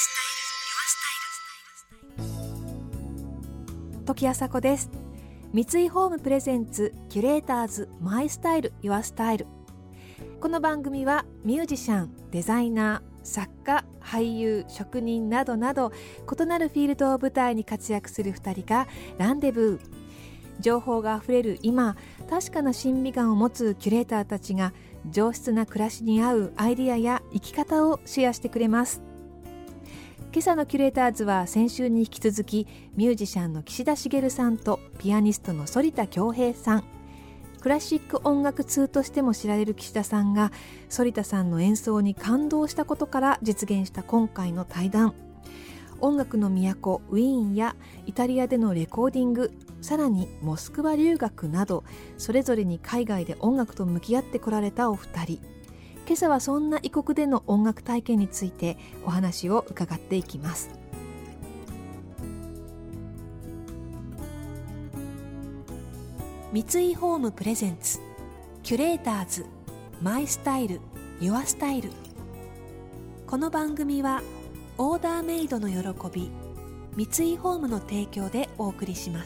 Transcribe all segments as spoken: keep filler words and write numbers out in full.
時あさこです。三井ホームプレゼンツキュレーターズマイスタイルユアスタイル。この番組はミュージシャン、デザイナー、作家、俳優、職人などなど異なるフィールドを舞台に活躍するふたりがランデブー。情報があふれる今、確かな審美眼を持つキュレーターたちが上質な暮らしに合うアイディアや生き方をシェアしてくれます。今朝のキュレーターズは先週に引き続きミュージシャンの岸田茂さんとピアニストの反田恭平さん。クラシック音楽通としても知られる岸田さんが反田さんの演奏に感動したことから実現した今回の対談。音楽の都ウィーンやイタリアでのレコーディング、さらにモスクワ留学などそれぞれに海外で音楽と向き合ってこられたお二人。今朝はそんな異国での音楽体験についてお話を伺っていきます。三井ホームプレゼンツキュレーターズマイスタイルユアスタイル。この番組はオーダーメイドの喜び三井ホームの提供でお送りします。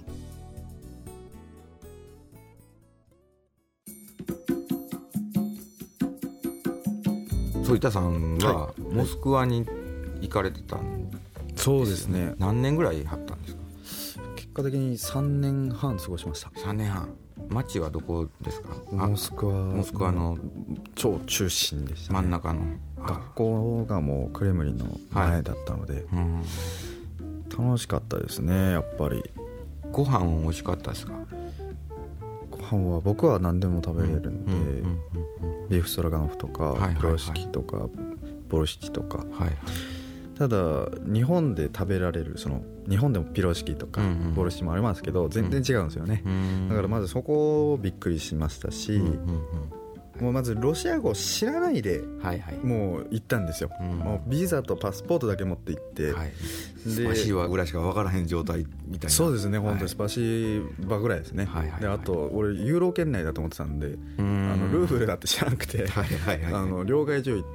反田さんはモスクワに行かれてたんです、ね、 そうですね。 何年ぐらいはったんですか？ 結果的にさんねんはん過ごしました。 さんねんはん。町はどこですか？ モスクワモスクワの超中心でした、ね、 真ん中の。 学校がもうクレムリンの前だったので、はい、うん、楽しかったですね。やっぱりご飯は美味しかったですか？ ご飯は僕は何でも食べれるんで、うんうんうんうん、ビーフストロガノフとか、はいはいはい、プロシキとかボルシチとか、はいはい、ただ日本で食べられるその日本でもピロシキとか、うんうん、ボルシチもありますけど全然違うんですよね、うん、だからまずそこをびっくりしましたし、うんうんうん、もうまずロシア語を知らないでもう行ったんですよ、はいはい、もうビザとパスポートだけ持って行って、はい、 でスパシーバぐらいしか分からへん状態みたいな。 そうですね、本当にスパシーバぐらいですね、はいはいはい、であと俺ユーロ圏内だと思ってたんで、あのルーブルだって知らなくて、はいはいはいはい、あの両替所行って、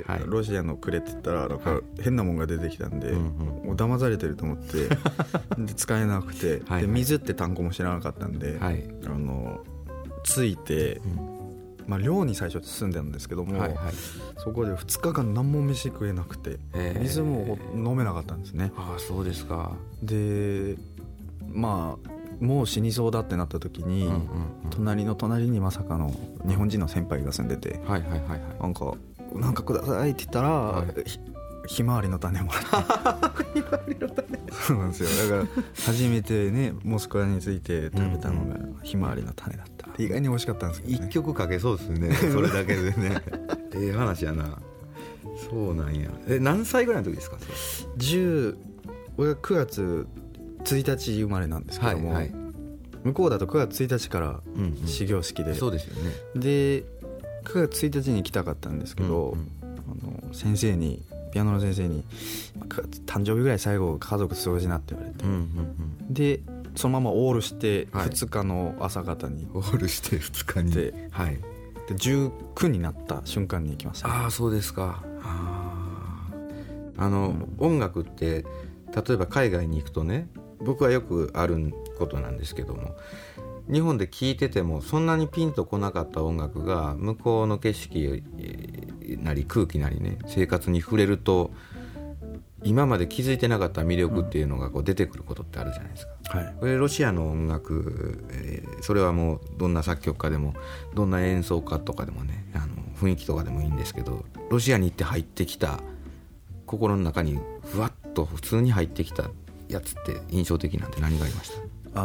はい、ロシアのくれって言ったらなんか変なもんが出てきたんで、はい、もう騙されてると思ってで使えなくて、はいはい、で水って単語も知らなかったんで、はい、あのついて、うん、まあ、寮に最初住んでたんですけども、はいはい、そこでふつかかん何も飯食えなくて、水も飲めなかったんですね。 ああ、そうですか。 でまあもう死にそうだってなった時に、うんうんうん、隣の隣にまさかの日本人の先輩が住んでて、はいはいはいはい、なんかなんかくださいって言ったら、はい、ひ, ひまわりの種もらってひまわりの種そうなんですよ。だから初めてねモスクワについて食べたのがひまわりの種だった。意外に美味しかったんですけどね。 一曲かけそうですねそれだけでねええ話やな。そうなんや。え何歳ぐらいの時ですか？ じゅう俺がくがつついたち生まれなんですけども、はいはい、向こうだとくがつついたちから始業式で、うんうん、 そうですよね。 でくがつついたちに行きたかったんですけど、うんうん、あの先生にピアノの先生に誕生日ぐらい最後家族過ごしなって言われて、うんうんうん、でそのままオールしてふつかの朝方に、 はい、オールしてふつかにで、はい、でじゅうくになった瞬間に行きました、ね、 ああそうですか。ああの、うん、音楽って例えば海外に行くとね、僕はよくあることなんですけども、日本で聴いててもそんなにピンとこなかった音楽が向こうの景色なり空気なりね、生活に触れると今まで気づいてなかった魅力っていうのがこう出てくることってあるじゃないですか、はい、これロシアの音楽、えー、それはもうどんな作曲家でもどんな演奏家とかでもね、あの雰囲気とかでもいいんですけど、ロシアに行って入ってきた心の中にふわっと普通に入ってきたやつって印象的なんて何がありました？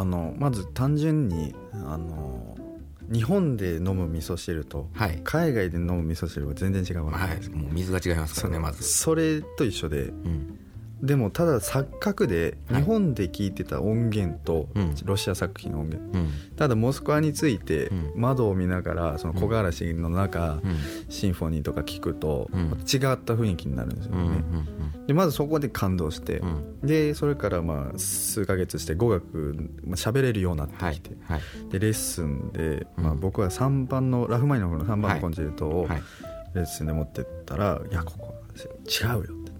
あのまず単純にあの日本で飲む味噌汁と、はい、海外で飲む味噌汁は全然違うわけです、はい、 もう水が違いますからね。まずそれと一緒で、うん、でもただ錯覚で日本で聴いてた音源とロシア作品の音源、うん、ただモスクワについて窓を見ながらその木枯らしの中、うん、シンフォニーとか聴くと違った雰囲気になるんですよね、うんうんうん、でまずそこで感動して、うん、でそれからまあ数ヶ月して語学喋れるようになってきて、はいはい、でレッスンで、まあ、僕はさんばんのラフマニノフのさんばんのコンチェルトをレッスンで持ってったら、はい、いやここ違うよって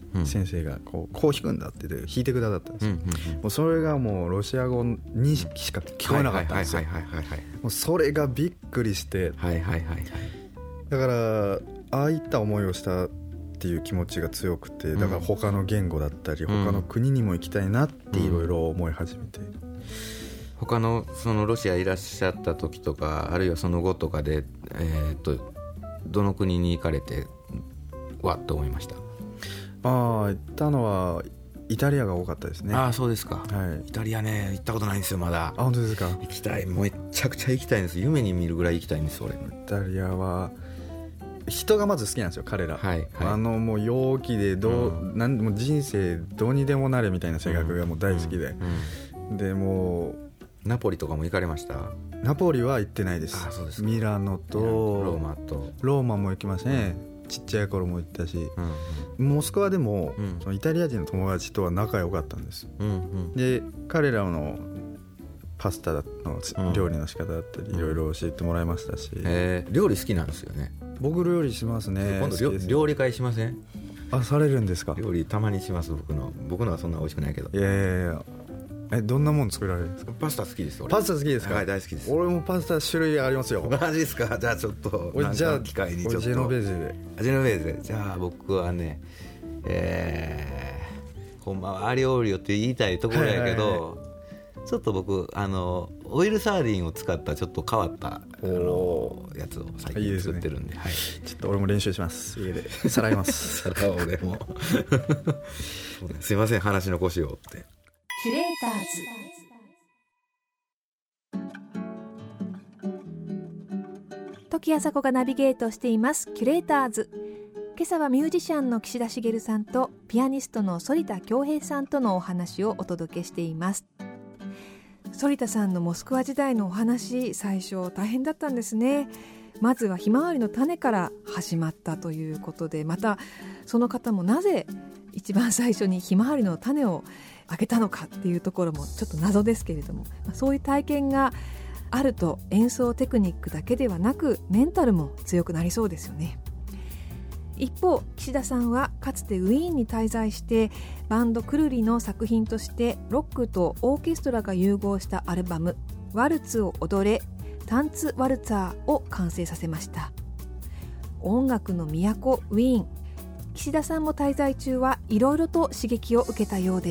先生がこうこう弾くんだって言って弾いてくださったんですよ、うんうんうん、もうそれがもうロシア語にしか聞こえなかったんですよ。もうそれがびっくりして、はいはいはいはい、だからああいった思いをしたっていう気持ちが強くて、だから他の言語だったり、うん、他の国にも行きたいなっていろいろ思い始めて、うん、 他のそのロシアいらっしゃった時とか、あるいはその後とかで、えー、っとどの国に行かれてわっと思いました？ ああ、行ったのはイタリアが多かったですね。 ああ、そうですか、 はい、 イタリアね、行ったことないんですよまだ。 あ、本当ですか？ 行きたい、もうめちゃくちゃ行きたいんです。夢に見るぐらい行きたいんです俺。イタリアは人がまず好きなんですよ彼ら、はいはい、あのもう陽気でどう、うん、なんもう人生どうにでもなれみたいな性格がもう大好きで、うんうんうん、でもうナポリとかも行かれました？ ナポリは行ってないです。 あ、そうですか。 ミラノとローマとローマも行きましたね、うん、ちっちゃい頃も行ったし、うんうん、モスクワでも、うん、そのイタリア人の友達とは仲良かったんです、うんうん、で彼らのパスタの料理の仕方だったりいろいろ教えてもらいましたし、うん、 えー、料理好きなんですよね。 僕料理しますね。 今度料理会しません？ あ、されるんですか？ 料理たまにします。僕の僕のはそんな美味しくないけど。 いやいやいや、え、どんなもん作られるんですか？ パスタ好きです。俺パスタ好きですか？ はい、大好きです。 俺もパスタ種類ありますよ。 マジですか？じゃあちょっと俺じゃあ機会にちょっとジェノベーゼで。 ジェノベーゼ。じゃあ僕はね、えー、ほんまはアリオーリオって言いたいところやけど、はいはいはい、ちょっと僕あのオイルサーディンを使ったちょっと変わったあのやつを最近作ってるんで、いいですね、はい、 ちょっと俺も練習します。家でさらいますさらお俺もすいません、話の腰をってキュレーターズ時あさこがナビゲートしていますキュレーターズ。今朝はミュージシャンの岸田茂さんとピアニストの反田恭平さんとのお話をお届けしています。反田さんのモスクワ時代のお話、最初大変だったんですね。まずはひまわりの種から始まったということで、またその方もなぜ一番最初にひまわりの種をあげたのかっていうところもちょっと謎ですけれども、そういう体験があると演奏テクニックだけではなくメンタルも強くなりそうですよね。一方、岸田さんはかつてウィーンに滞在してバンドクルリの作品としてロックとオーケストラが融合したアルバムワルツを踊れタンツワルツァーを完成させました。音楽の都ウィーン、岸田さんも滞在中はいろいろと刺激を受けたようです。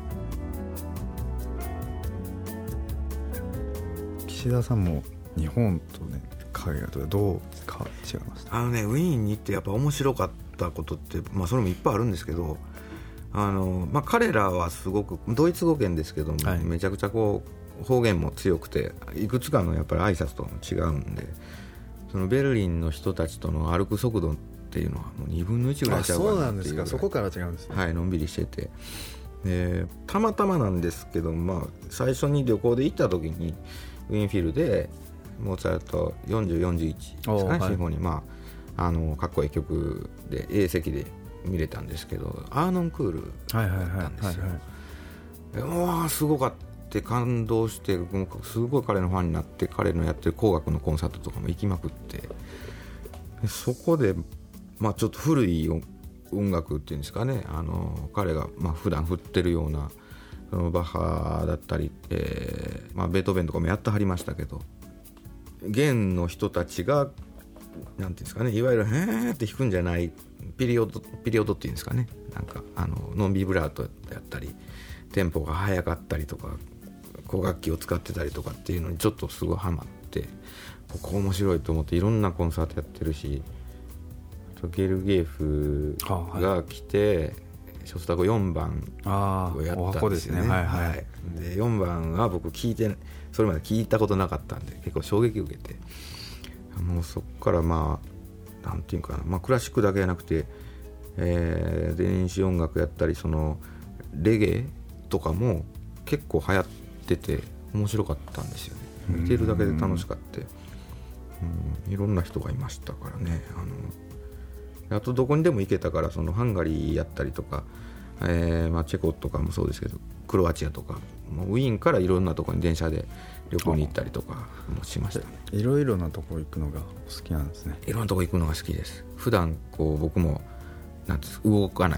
岸田さんも日本とね海外とどうか違いました？ あのね、ウィーンに行ってやっぱ面白かったことって、まあ、それもいっぱいあるんですけど、あの、まあ、彼らはすごくドイツ語圏ですけども、はい、めちゃくちゃこう方言も強くていくつかのやっぱり挨拶とも違うんで、そのベルリンの人たちとの歩く速度っていうのはもうにぶんのいちぐらいちゃうかなっていう。 そうなんですか。そこから違うんですね。 はい、のんびりしてて、でたまたまなんですけど、まあ、最初に旅行で行った時にウィーンフィルでモーツァルトよんじゅう、よんじゅういちですかね、はい、シンフォニー、まあ、あのかっこいい曲で A 席で見れたんですけど、アーノンクールだったんですよ。うわーすごかった感動して、すごい彼のファンになって、彼のやってる邦楽のコンサートとかも行きまくって、そこで、まあ、ちょっと古い音楽っていうんですかね、あの彼がまあ普段振ってるようなそのバッハだったり、えーまあ、ベートーベンとかもやってはりましたけど、弦の人たちがなんていうんですかね、いわゆるへーって弾くんじゃないピリオドピリオドっていうんですかね、なんかあのノンビブラートやったりテンポが速かったりとか古楽器を使ってたりとかっていうのにちょっとすごいハマって、ここ面白いと思っていろんなコンサートやってるし、あとゲルゲーフが来て、はい、ショスタコよんばんをやったんですよね。はいはいはい、でよんばんは僕聞いてそれまで聞いたことなかったんで結構衝撃を受けて、もうそこからまあなんていうかな、まあ、クラシックだけじゃなくて、えー、電子音楽やったりそのレゲエとかも結構流行ってて面白かったんですよね。見てるだけで楽しかった、うん、いろんな人がいましたからね。あのあとどこにでも行けたから、そのハンガリーやったりとか、えーまあ、チェコとかもそうですけどクロアチアとかもうウィーンからいろんなところに電車で旅行に行ったりとかもしましたね。 いろいろなとこ行くのが好きなんですね。 いろんなとこ行くのが好きです。普段こう僕もなんて動かない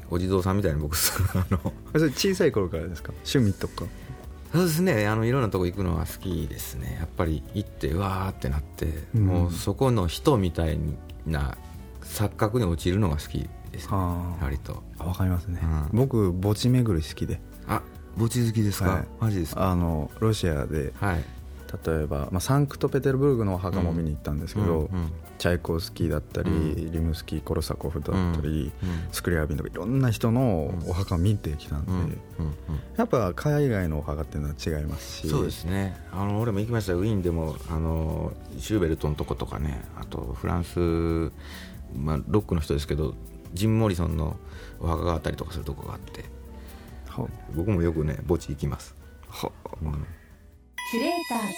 お地蔵さんみたいに僕あのそれ小さい頃からですか？趣味とか。 そうですね、あのいろんなとこ行くのは好きですね。やっぱり行ってうわーってなって、うん、もうそこの人みたいな錯覚に陥るのが好きですね。割とわかりますね、うん、僕墓地巡り好きで。 あ、墓地好きですか？はい、マジですか？ あのロシアで、はい、例えば、まあ、サンクトペテルブルクのお墓も見に行ったんですけど、うんうんうん、チャイコフスキーだったり、うん、リムスキー、コルサコフだったり、うんうん、スクリアビンとかいろんな人のお墓を見てきたんで、うんうんうん、やっぱ海外のお墓っていうのは違いますし。 そうですね、あの俺も行きましたよ。ウィーンでもあのシューベルトのとことかね、あとフランス、まあ、ロックの人ですけどジン・モリソンのお墓があったりとかするとこがあって、僕もよくね墓地行きます。は、うん、 キュレーター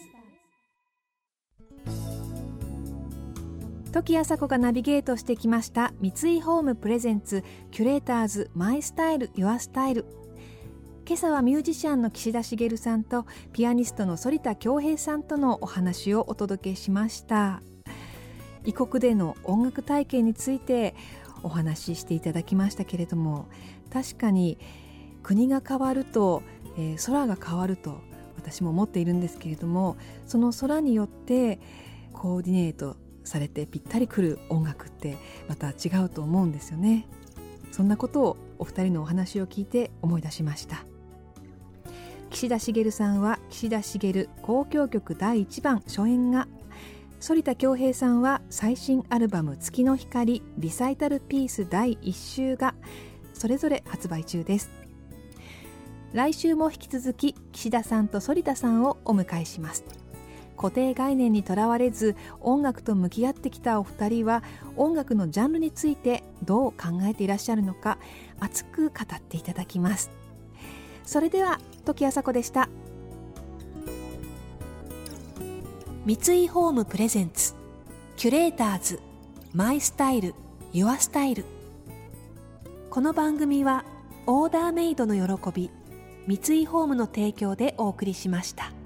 ズ時あさこがナビゲートしてきました三井ホームプレゼンツキュレーターズマイスタイルユアスタイル。今朝はミュージシャンの岸田茂さんとピアニストの反田恭平さんとのお話をお届けしました。異国での音楽体験についてお話ししていただきましたけれども、確かに国が変わると、えー、空が変わると私も思っているんですけれども、その空によってコーディネートされてぴったりくる音楽ってまた違うと思うんですよね。そんなことをお二人のお話を聞いて思い出しました。岸田茂さんは岸田茂交響曲だいいちばん初演が、反田恭平さんは最新アルバム月の光リサイタルピースだいいっ週がそれぞれ発売中です。来週も引き続き岸田さんと反田さんをお迎えします。固定概念にとらわれず音楽と向き合ってきたお二人は、音楽のジャンルについてどう考えていらっしゃるのか熱く語っていただきます。それでは時あさこでした。三井ホームプレゼンツキュレーターズマイスタイルユアスタイル。この番組はオーダーメイドの喜び三井ホームの提供でお送りしました。